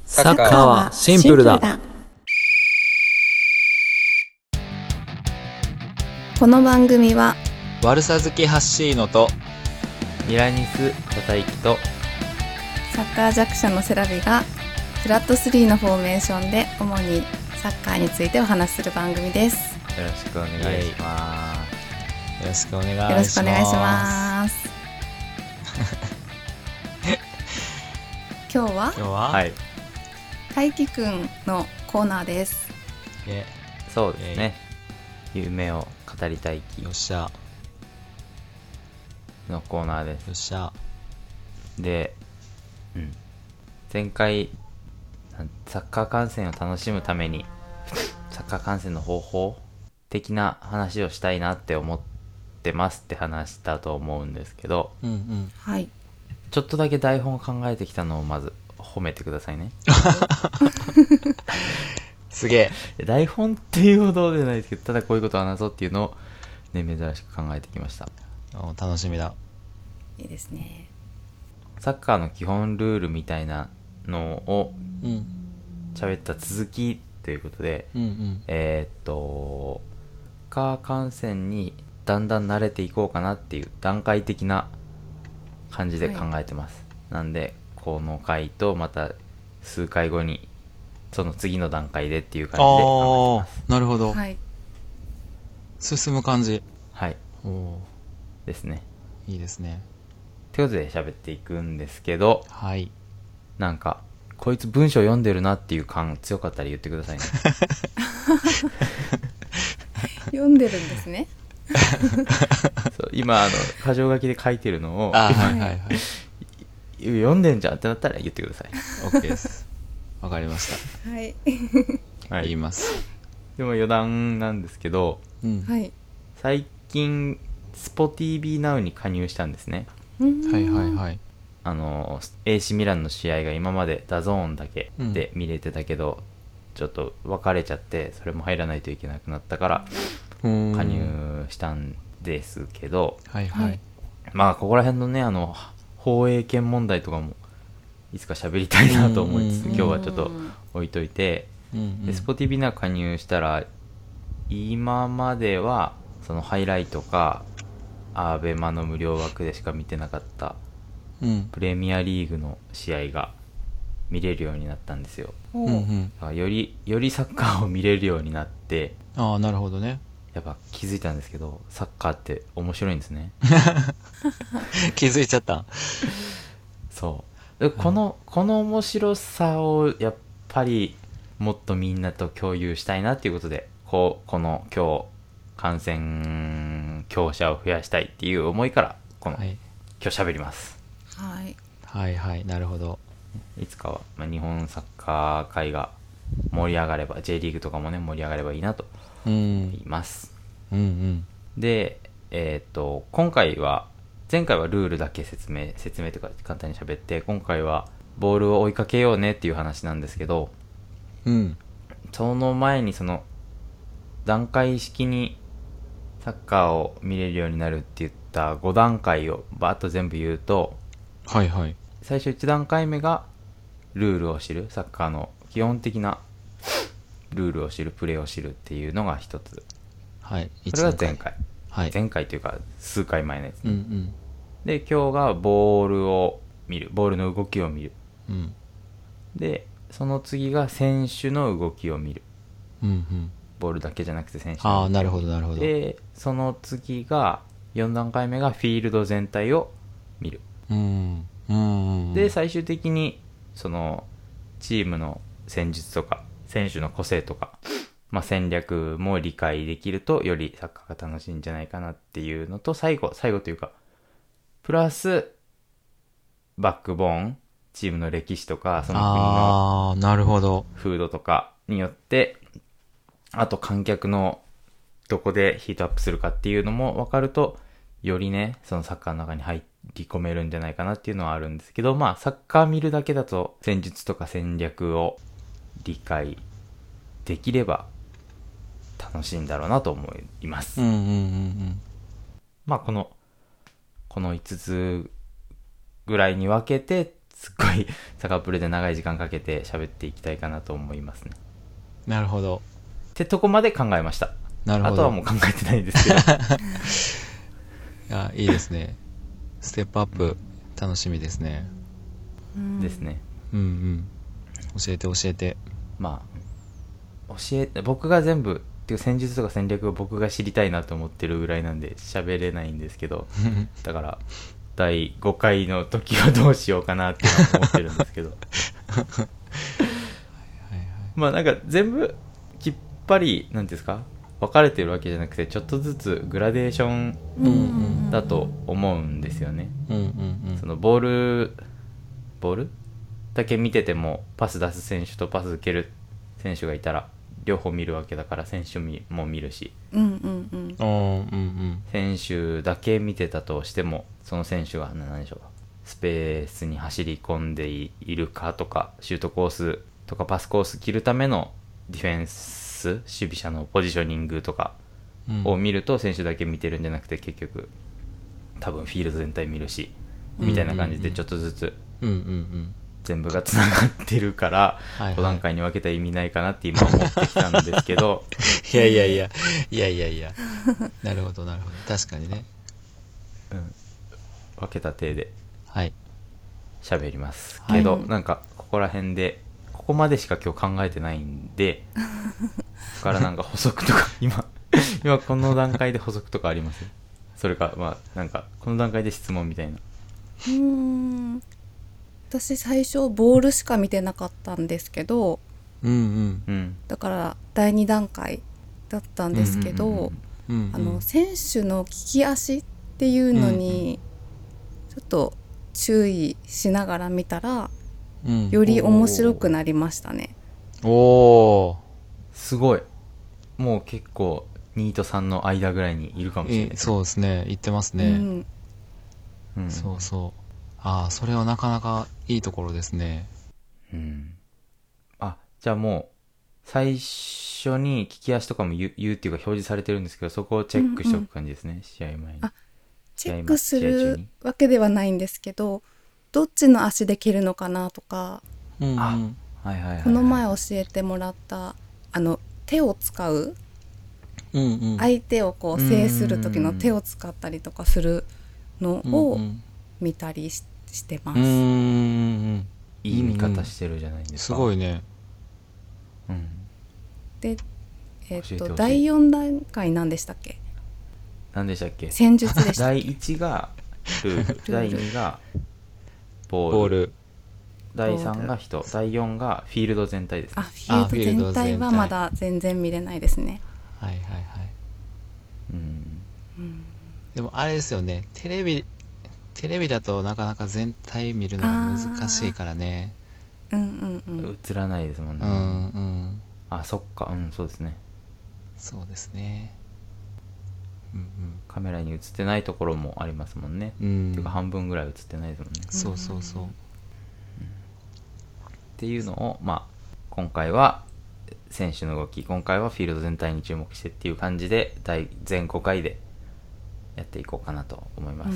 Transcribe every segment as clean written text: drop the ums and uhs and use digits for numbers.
サッカーはシンプルだ。 この番組は悪さ好きハッシーノとミラニス小田行とサッカー弱者のセラビがフラット3のフォーメーションで主にサッカーについてお話しする番組です。 よろしくお願いします。 よろしくお願いします。 よろしくお願いします。今日ははい、 大輝くんのコーナーです。 そうですね。夢を語りたい気よっしゃのコーナーです。 よっしゃ。 で、前回サッカー観戦を楽しむためにサッカー観戦の方法的な話をしたいなって思ってますって話したと思うんですけど、 はい。 ちょっとだけ台本を考えてきたのをまず褒めてくださいね。 すげえ。 台本っていうほどでないですけど、ただこういうことを話そうっていうのをね、珍しく考えてきました。 楽しみだ。 いいですね。 サッカーの基本ルールみたいなのを喋った続きということで、サッカー観戦にだんだん慣れていこうかなっていう段階的な感じで考えてます、なんでこの回とまた数回後にその次の段階でっていう感じで考えてます。 なるほど、 はい。 進む感じ。 はいおですね。 いいですね。 ということで喋っていくんですけど、 はい。 なんかこいつ文章読んでるなっていう感強かったら言ってくださいね。 読んでるんですね。 そう今箇条書きで書いてるのをはいはいはい。 読んでんじゃんってなったら言ってください。 OK です。わかりましはい。 た。 はい、 言います。 でも余談なんですけど、 はい。 最近 SPOTV Now に加入したんですね。 はいはいはい。 AC ミランの試合が今までダゾーンだけで見れてたけど、ちょっと別れちゃってそれも入らないといけなくなったから加入したんですけど、 はいはい。 まあここら辺のね放映権問題とかもいつか喋りたいなと思いつつ今日はちょっと置いといて、で SPOTV Now 加入したら今まではそのハイライトかアベマの無料枠でしか見てなかったプレミアリーグの試合が見れるようになったんですよ。だからよりサッカーを見れるようになって、 ああなるほどね。 やっぱ気づいたんですけど、サッカーって面白いんですね。 気づいちゃった。 そうこの面白さをやっぱりもっとみんなと共有したいなっていうことで、この今日観戦強者を増やしたいっていう思いから今日喋ります。 はい。 はいはいなるほど。 いつかは、日本サッカー界が盛り上がれば J リーグとかもね盛り上がればいいなと思います。で今回は前回はルールだけ説明というか簡単に喋って、今回はボールを追いかけようねっていう話なんですけど、その前にその段階式にサッカーを見れるようになるって言った5段階をバーッと全部言うと、 はいはい。 最初1段階目がルールを知る、サッカーの基本的なルールを知る、プレーを知るっていうのが一つ。 はい。 それが前回。 はい。 前回というか数回前のやつね。で、今日がボールを見る、ボールの動きを見る。で、その次が選手の動きを見る。ボールだけじゃなくて選手の動きを見る。 ああ、なるほどなるほど。 で、その次が4段階目がフィールド全体を見る。で最終的にそのチームの戦術とか選手の個性とか、戦略も理解できるとよりサッカーが楽しいんじゃないかなっていうのと、最後というかプラスバックボーン、チームの歴史とかその国の風土とかによって、あと観客のどこでヒートアップするかっていうのも分かると、よりねそのサッカーの中に入り込めるんじゃないかなっていうのはあるんですけど、サッカー見るだけだと戦術とか戦略を理解できれば楽しいんだろうなと思います。この5つぐらいに分けてすっごいサカプルで長い時間かけて喋っていきたいかなと思いますね。 なるほど。 ってとこまで考えました。 なるほど。 あとはもう考えてないんですけど。 いや、いいですね。ステップアップ、楽しみですね。 ですね。 うんうん。教えて教えて。 まあ、僕が全部、っていう戦術とか戦略を僕が知りたいなと思ってるぐらいなんで喋れないんですけど、だから、第5回の時はどうしようかなって思ってるんですけど。まあなんか全部、きっぱり、なんていうんですか、分かれてるわけじゃなくて、ちょっとずつグラデーションだと思うんですよね。そのボールだけ見てても、パス出す選手とパス受ける選手がいたら両方見るわけだから、選手も見るし、選手だけ見てたとしても、その選手が何でしょうか、スペースに走り込んでいるかとか、シュートコースとかパスコース切るためのディフェンス、守備者のポジショニングとかを見ると、選手だけ見てるんじゃなくて、結局多分フィールド全体見るし、みたいな感じでちょっとずつ全部がつながってるから、5段階に分けた意味ないかなって今思ってきたんですけど。 いやなるほどなるほど、確かにね。 分けた体ではい喋りますけど、なんかここら辺でここまでしか今日考えてないんで、ここからなんか補足とか今この段階で補足とかあります？それかまあなんかこの段階で質問みたいな。 私最初ボールしか見てなかったんですけど、だから第2段階だったんですけど、選手の利き足っていうのにちょっと注意しながら見たら、より面白くなりましたね。 すごい。もう結構2と3の間ぐらいにいるかもしれない。 そうですね、言ってますね。そうそう。それはなかなかいいところですね。 じゃあもう最初に利き足とかも言うっていうか表示されてるんですけど、そこをチェックしておく感じですね、試合前に。 チェックするわけではないんですけど、どっちの足で蹴るのかなとか、この前教えてもらった手を使う、相手をこう制する時の手を使ったりとかするのを見たりしてます。 いい見方してるじゃないですか。 すごいね。 で、第4段階何でしたっけ？ 何でしたっけ？ 戦術でしたっけ？ 第1がルール、第2がボール、第3が人、第4がフィールド全体ですね。 フィールド全体はまだ全然見れないですね。 でもあれですよね、テレビだとなかなか全体見るのが難しいからね。 映らないですもんね。そっか、そうですね。 そうですね。 カメラに映ってないところもありますもんね。っていうか半分ぐらい映ってないですもんね。 そう。 っていうのを、今回は選手の動き、今回はフィールド全体に注目してっていう感じで全5回でやっていこうかなと思います。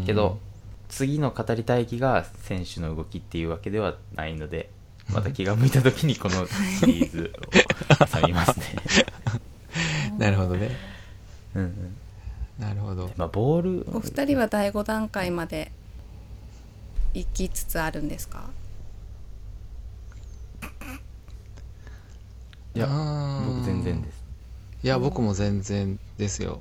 けど次の語りたい気が選手の動きっていうわけではないので、また気が向いた時にこのシリーズを挟みますね。 なるほどね。なるほど。 ボール、 お二人は第5段階まで行きつつあるんですか？ いや、僕全然です。 いや、僕も全然ですよ。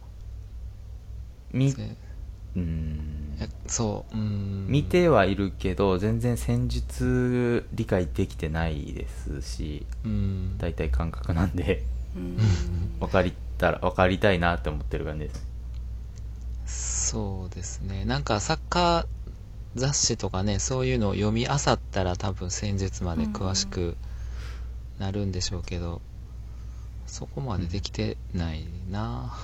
見てはいるけど全然戦術理解できてないですし、大体感覚なんで分かりたいなって思ってる感じです。 そうですね。なんかサッカー雑誌とかね、そういうのを読み漁ったら多分戦術まで詳しくなるんでしょうけど、そこまでできてないな。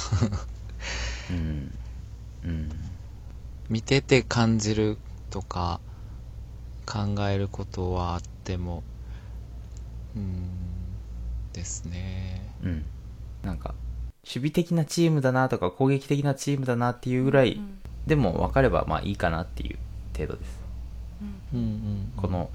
見てて感じるとか考えることはあってもですね。 なんか守備的なチームだなとか攻撃的なチームだなっていうぐらいでも分かればいいかなっていう程度です。 この、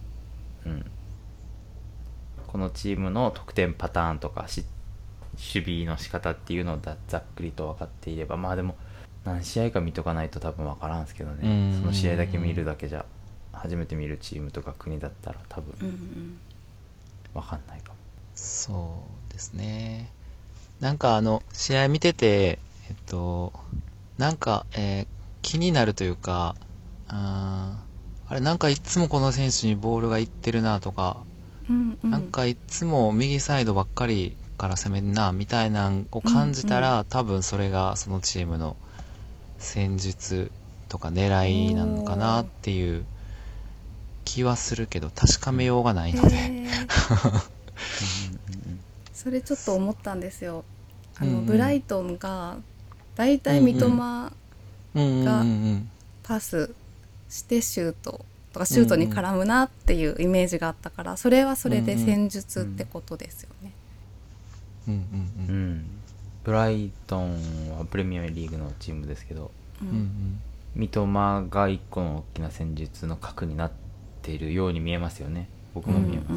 このチームの得点パターンとか守備の仕方っていうのをざっくりと分かっていれば、まあでも何試合か見とかないと多分分からんすけどね、その試合だけ見るだけじゃ、初めて見るチームとか国だったら多分分かんないかも。 そうですね。なんか試合見ててなんか、気になるというか、あれなんかいつもこの選手にボールがいってるなとか、なんかいつも右サイドばっかりから攻めんなみたいなのを感じたら、多分それがそのチームの戦術とか狙いなのかなっていう気はするけど、確かめようがないのでそれちょっと思ったんですよ。ブライトンがだいたい三笘がパスしてシュートとかシュートに絡むなっていうイメージがあったから、それはそれで戦術ってことですよね。 ブライトンはプレミアムリーグのチームですけど、三笘が一個の大きな戦術の核になっているように見えますよね。僕も見え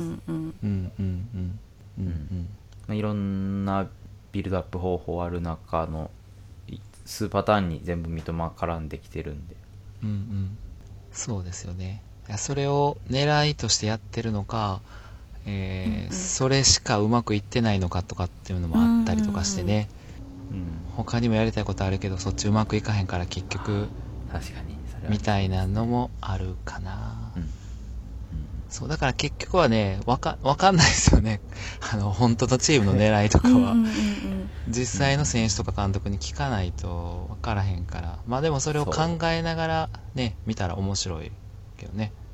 ます。いろんなビルドアップ方法ある中の数パターンに全部三笘絡んできてるんで、 そうですよね。それを狙いとしてやってるのか、それしかうまくいってないのかとかっていうのもあったりとかしてね、他にもやりたいことあるけどそっちうまくいかへんから結局確かにそれはみたいなのもあるかな。そうだから結局はね、わかんないですよね。本当のチームの狙いとかは実際の選手とか監督に聞かないとわからへんから、まあでもそれを考えながらね見たら面白いけどね。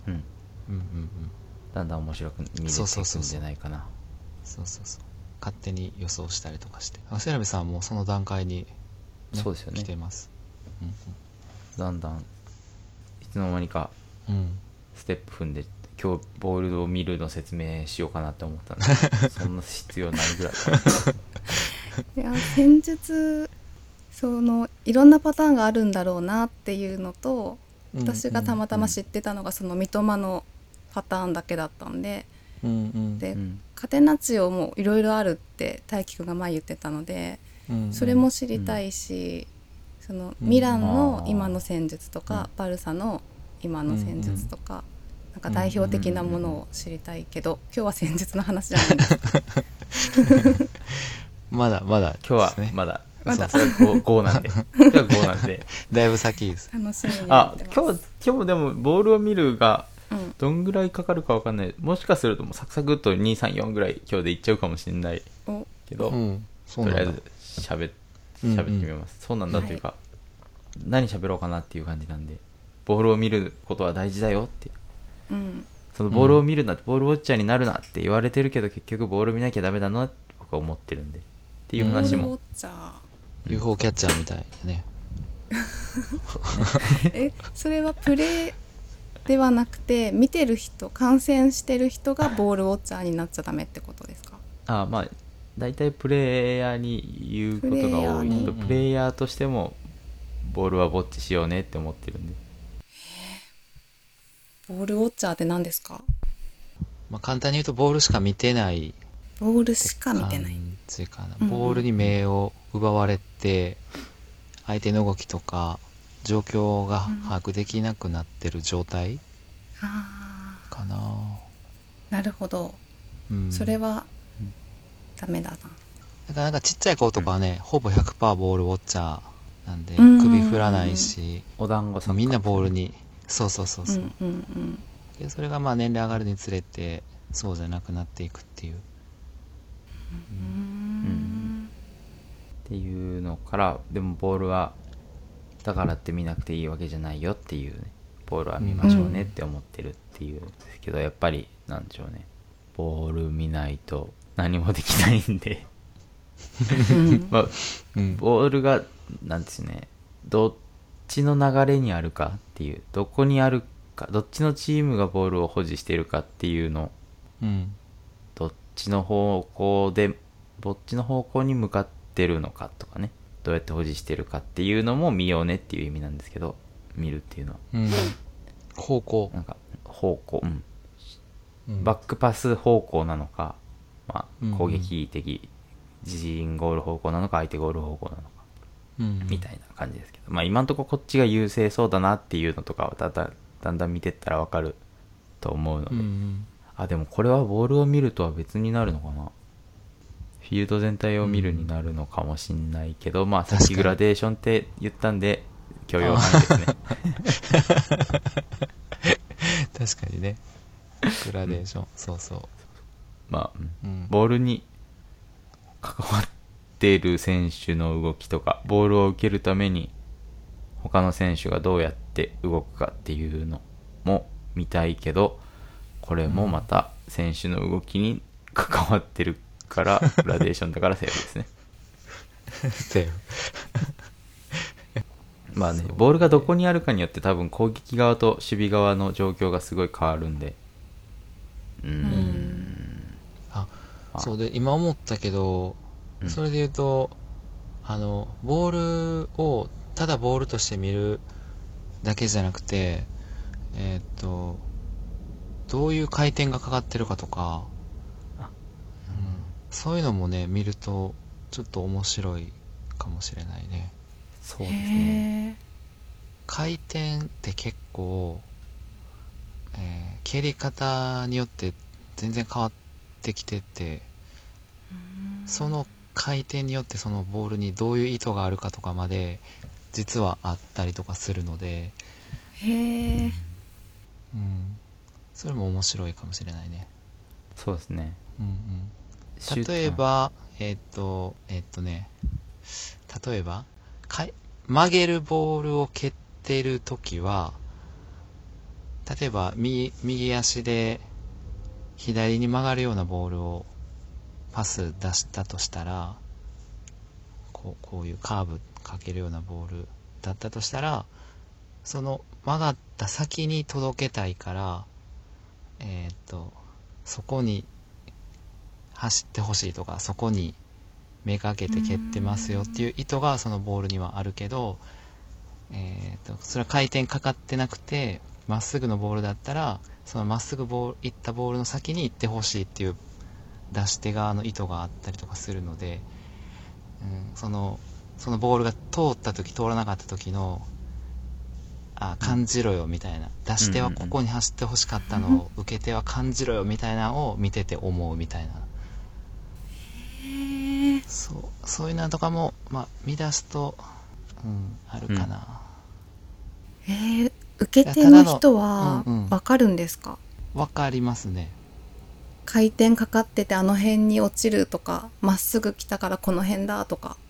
だんだん面白く見れていくんじゃないかな。 そう勝手に予想したりとかして、セラビさんもその段階に、 そうですよね、 来てます。 だんだんいつの間にかステップ踏んで、今日ボールを見るの説明しようかなって思ったんでそんな必要ないぐらいいや戦術、いろんなパターンがあるんだろうなっていうのと、私がたまたま知ってたのがその三笘のパターンだけだったんで、でカテナチオもいろいろあるって大輝くんが前言ってたので、それも知りたいし、そのミランの今の戦術とか、バルサの今の戦術とか、なんか代表的なものを知りたいけど、今日は戦術の話じゃないんですまだ今日はまだそれは5なんで今日は5なんでだいぶ先です。 楽しみになってます。 今日でもボールを見るがどんぐらいかかるか分かんない。もしかするともうサクサクっと234ぐらい今日でいっちゃうかもしれないけど、とりあえず喋ってみます。そうなんだというか、何喋ろうかなっていう感じなんで、ボールを見ることは大事だよって、そのボールを見るなって、ボールウォッチャーになるなって言われてるけど、結局ボール見なきゃダメだなって僕は思ってるんでっていう話も。 ボールウォッチャー、 UFO キャッチャーみたいねそれはプレーではなくて、見てる人、観戦してる人がボールウォッチャーになっちゃダメってことですか？ まあ大体プレイヤーに言うことが多いけど、プレイヤーとしてもボールはウォッチしようねって思ってるんで。 ボールウォッチャーって何ですか？ 簡単に言うとボールしか見てない、 ボールしか見てない感じかな。ボールに目を奪われて、相手の動きとか状況が把握できなくなってる状態かな。 なるほど、それはダメだな。 だからなんかちっちゃい子とかはね、ほぼ 100% ボールウォッチャーなんで、首振らないし、 お団子さんみんなボールに、そう、でそれが年齢上がるにつれてそうじゃなくなっていくっていう、 っていうのから、でもボールはだからって見なくていいわけじゃないよっていうね、ボールは見ましょうねって思ってるっていうんですけど、やっぱりなんでしょうね、ボール見ないと何もできないんでボールがなんですね、どっちの流れにあるかっていう、どこにあるか、どっちのチームがボールを保持しているかっていうの、どっちの方向に向かってるのかとかね、どうやって保持してるかっていうのも見ようねっていう意味なんですけど、見るっていうのは、 方向なんか方向、 うん、 バックパス方向なのか、まあ、攻撃的、 うんうん、 自陣ゴール方向なのか相手ゴール方向なのか、 うんうん、 みたいな感じですけど、まあ今んとここっちが優勢そうだなっていうのとかはだんだん見てったら分かると思うので、 うんうん、 あ、でもこれはボールを見るとは別になるのかな、フィールド全体を見るになるのかもしんないけど、まあさっきグラデーションって言ったんで許容範囲ですね確かにね、グラデーション、そうそう、 まあ、ボールに関わっている選手の動きとか、ボールを受けるために他の選手がどうやって動くかっていうのも見たいけど、これもまた選手の動きに関わってるからグラデーションだからセーフですねセーフまあね、ボールがどこにあるかによって多分攻撃側と守備側の状況がすごい変わるんで、 そうで今思ったけど、それで言うとボールをただボールとして見るだけじゃなくて、どういう回転がかかってるかとか、そういうのもね見るとちょっと面白いかもしれないね。 そうですね。 回転って結構、蹴り方によって全然変わってきてて、その回転によってそのボールにどういう意図があるかとかまで実はあったりとかするので、 へえ、 それも面白いかもしれないね。 そうですね。 例えば例えば曲げるボールを蹴ってるときは、例えば右足で左に曲がるようなボールをパス出したとしたら、こういうカーブかけるようなボールだったとしたら、その曲がった先に届けたいから、そこに走ってほしいとか、そこにめがけて蹴ってますよっていう意図がそのボールにはあるけど、それは回転かかってなくてまっすぐのボールだったら、そのまっすぐ行ったボールの先に行ってほしいっていう出し手側の意図があったりとかするので、そのボールが通った時通らなかった時の感じろよみたいな、出し手はここに走ってほしかったのを受け手は感じろよみたいなのを見てて思うみたいな、そういうのとかも、見出すと、あるかな。 受け手の人は分かるんですか？ 分かりますね。 回転かかっててあの辺に落ちるとか、まっすぐ来たからこの辺だとか。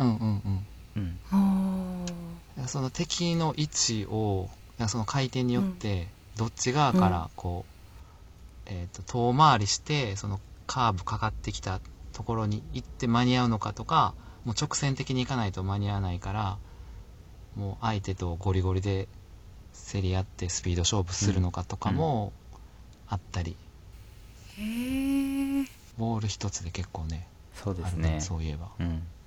その敵の位置をその回転によってどっち側からこう、遠回りしてそのカーブかかってきたところに行って間に合うのかとか、もう直線的に行かないと間に合わないから、もう相手とゴリゴリで競り合ってスピード勝負するのかとかもあったり、ボール一つで結構ね、 そうですね、 そういえば、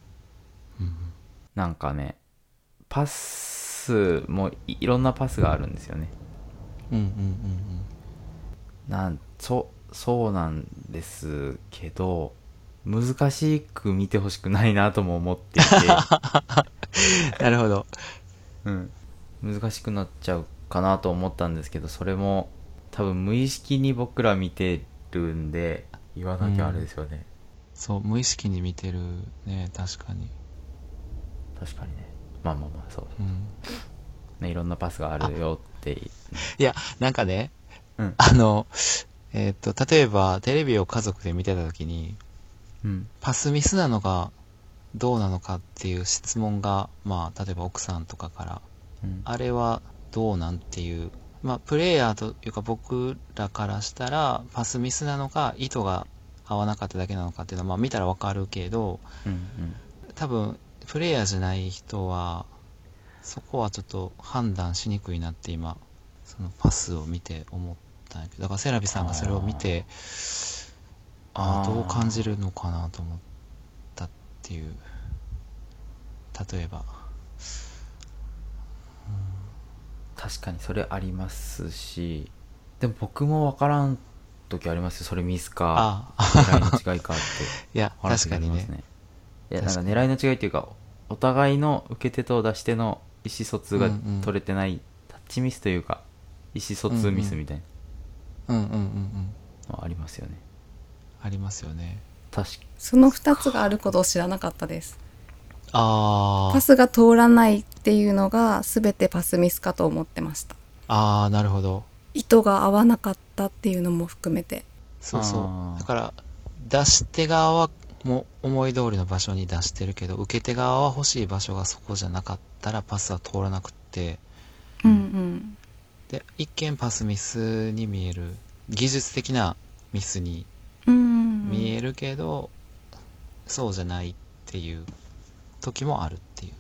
なんかね、パスもいろんなパスがあるんですよね。そうなんですけど、難しく見てほしくないなとも思っていてなるほど、 難しくなっちゃうかなと思ったんですけど、それも多分無意識に僕ら見てるんで言わなきゃあれですよね。 そう、無意識に見てるね。確かにね。 まあそう、ね、いろんなパスがあるよって。 いや、なんかね、例えばテレビを家族で見てた時に、パスミスなのかどうなのかっていう質問が、例えば奥さんとかから、あれはどうなんていう、プレイヤーというか僕らからしたらパスミスなのか意図が合わなかっただけなのかっていうのは見たらわかるけど、多分プレイヤーじゃない人はそこはちょっと判断しにくいなって今そのパスを見て思ったんやけど、だからセラビさんがそれを見てどう感じるのかなと思ったっていう。例えば確かにそれありますし、でも僕も分からん時ありますよ。それミスか狙いの違いかっていや確かにね。 いやなんか狙いの違いっていうか、お互いの受け手と出し手の意思疎通が取れてない、タッチミスというか意思疎通ミスみたいなのありますよね。 ありますよね。 確かその2つがあることを知らなかったです。 パスが通らないっていうのが全てパスミスかと思ってました。 なるほど。 意図が合わなかったっていうのも含めて。 そうだから出し手側はもう思い通りの場所に出してるけど、受け手側は欲しい場所がそこじゃなかったらパスは通らなくって、で一見パスミスに見える、技術的なミスに見えるけど、そうじゃないっていう時もあるっていう、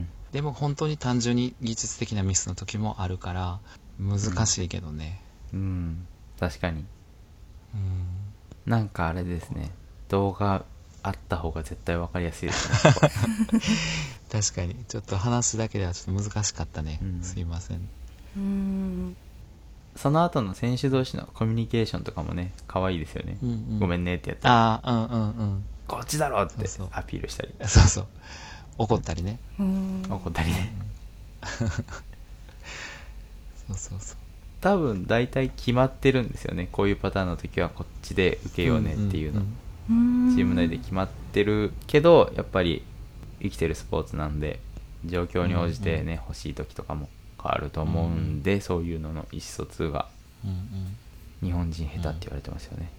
でも本当に単純に技術的なミスの時もあるから難しいけどね。 確かに。なんかあれですね、動画あった方が絶対分かりやすいですね確かにちょっと話すだけではちょっと難しかったね、すいません。 その後の選手同士のコミュニケーションとかもね、可愛いですよね。ごめんねってやったら、こっちだろってアピールしたり、 怒ったりね。そう多分大体決まってるんですよね。こういうパターンの時はこっちで受けようねっていうの、チーム内で決まってるけど、やっぱり生きてるスポーツなんで状況に応じてね、欲しい時とかも変わると思うんで、そういうのの意思疎通が日本人下手って言われてますよね。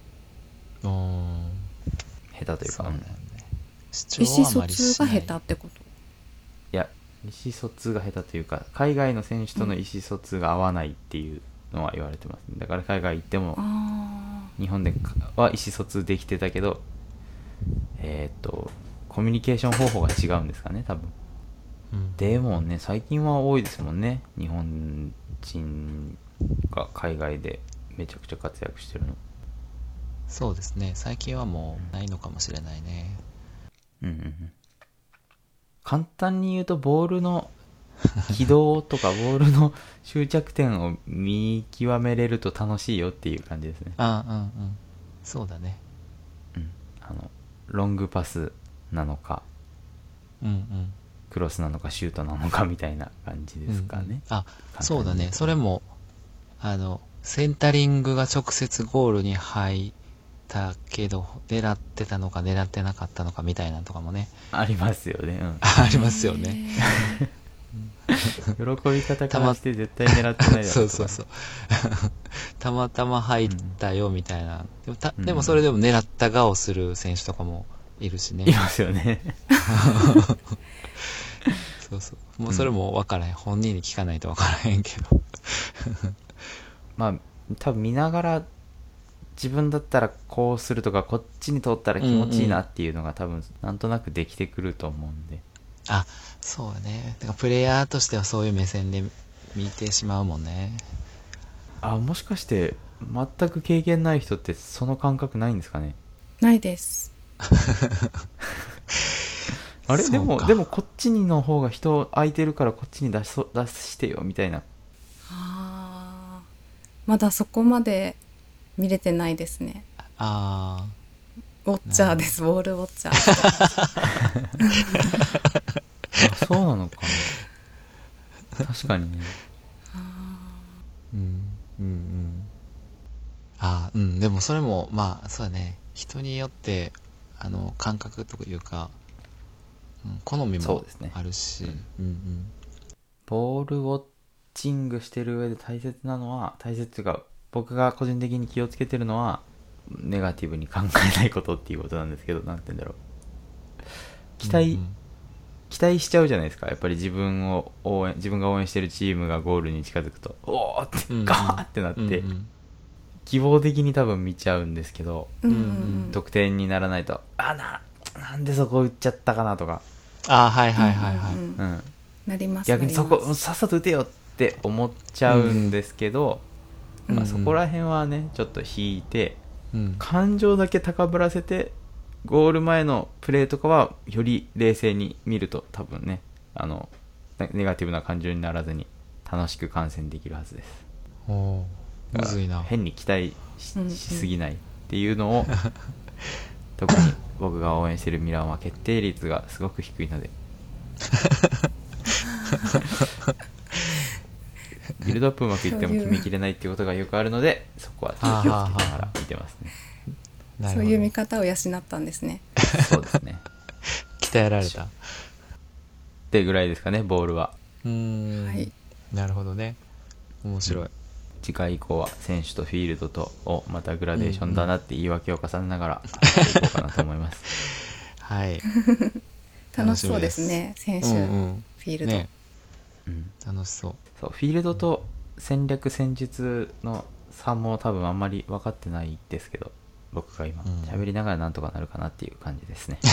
下手というか、 意思疎通が下手ってこと？ いや、意思疎通が下手というか、海外の選手との意思疎通が合わないっていうのは言われてますね。だから海外行っても日本では意思疎通できてたけど、コミュニケーション方法が違うんですかね、多分。でもね、最近は多いですもんね、日本人が海外でめちゃくちゃ活躍してるの。 そうですね、最近はもうないのかもしれないね。 簡単に言うと、ボールの軌道とかボールの終着点を見極めれると楽しいよっていう感じですね。 そうだね。 ロングパスなのか、クロスなのかシュートなのかみたいな感じですかね。 そうだね。それもセンタリングが直接ゴールに入ったけど狙ってたのか狙ってなかったのかみたいなのとかもね、 ありますよね。 ありますよね。 喜び方からして絶対狙ってないだろうとか。 そうたまたま入ったよみたいな。でもそれでも狙った側をする選手とかもいるしね。 いますよね。 もうそれも分からへん、本人に聞かないと分からへんけどまあ多分見ながら自分だったらこうするとか、こっちに通ったら気持ちいいなっていうのが多分なんとなくできてくると思うんで。 そうね。だからプレイヤーとしてはそういう目線で見てしまうもんね。 もしかして全く経験ない人ってその感覚ないんですかね。 ないですあれでもこっちにの方が人空いてるからこっちに出してよみたいな。 まだそこまで見れてないですね。ウォッチャーです。ボールウォッチャーそうなのかな。確かにね。 でもそれもまあそうだね、人によって感覚というか、好みもあるし、 ボールウォッチングしてる上で大切というか、僕が個人的に気をつけてるのはネガティブに考えないことっていうことなんですけど、なんて言うんだろう、期待しちゃうじゃないですか。やっぱり自分が応援してるチームがゴールに近づくとおーってガーってなって、希望的に多分見ちゃうんですけど、得点にならないとなんでそこ打っちゃったかなとか、 なります。 逆にそこさっさと打てよって思っちゃうんですけど、そこら辺はねちょっと引いて、感情だけ高ぶらせてゴール前のプレーとかはより冷静に見ると多分ね、ネガティブな感情にならずに楽しく観戦できるはずです。 おむずいな。 変に期待 しすぎないっていうのを特に僕が応援してるミランは決定率がすごく低いのでビルドアップうまくいっても決めきれないっていうことがよくあるので、そこは気をつけながら見てますね。 そういう見方を養ったんですね。 そうですね。 鍛えられたってぐらいですかね、ボールは。 はい、 なるほどね。面白い。 次回以降は選手とフィールドとをまたグラデーションだなって言い訳を重ねながらやっていこうかなと思いますはい楽しそうですね、選手、フィールド、ね、 楽しそう。 そう、フィールドと戦略戦術の差も多分あんまり分かってないですけど、僕が今喋りながらなんとかなるかなっていう感じですね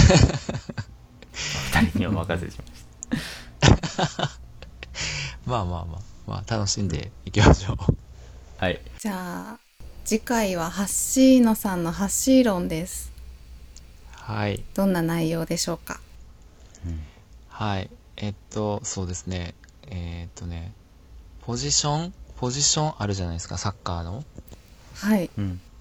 2人にお任せしましたまあ楽しんでいきましょうはい。 じゃあ次回はハッシーノさんのハッシー論です。 はい。 どんな内容でしょうか。 はい。そうですね。ポジションあるじゃないですか、サッカーの。 はい。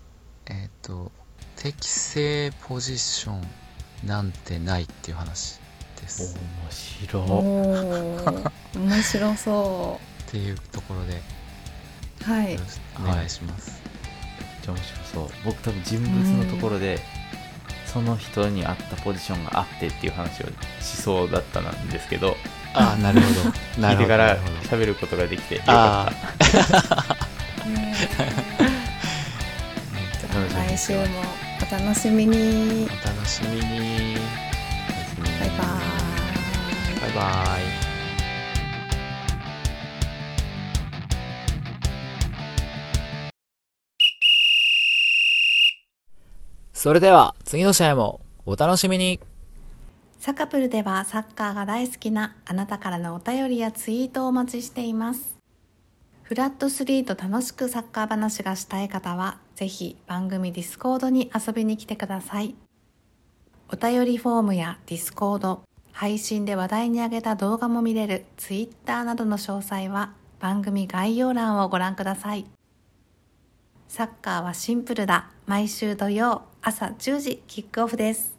適正ポジションなんてないっていう話です。 面白そうっていうところで、 はい、 お願いします。 めっちゃ面白そう。僕多分人物のところでその人に合ったポジションがあってっていう話をしそうだったんですけど、 ああ、なるほど。 聞いてから喋ることができてよかった来週もお楽しみに。 お楽しみに。 バイバーイ。 バイバイ。それでは次の試合もお楽しみに。 サカプルではサッカーが大好きなあなたからのお便りやツイートをお待ちしています。フラット3と楽しくサッカー話がしたい方はぜひ番組ディスコードに遊びに来てください。お便りフォームやディスコード、配信で話題に上げた動画も見れるツイッターなどの詳細は番組概要欄をご覧ください。サッカーはシンプルだ。毎週土曜朝10時キックオフです。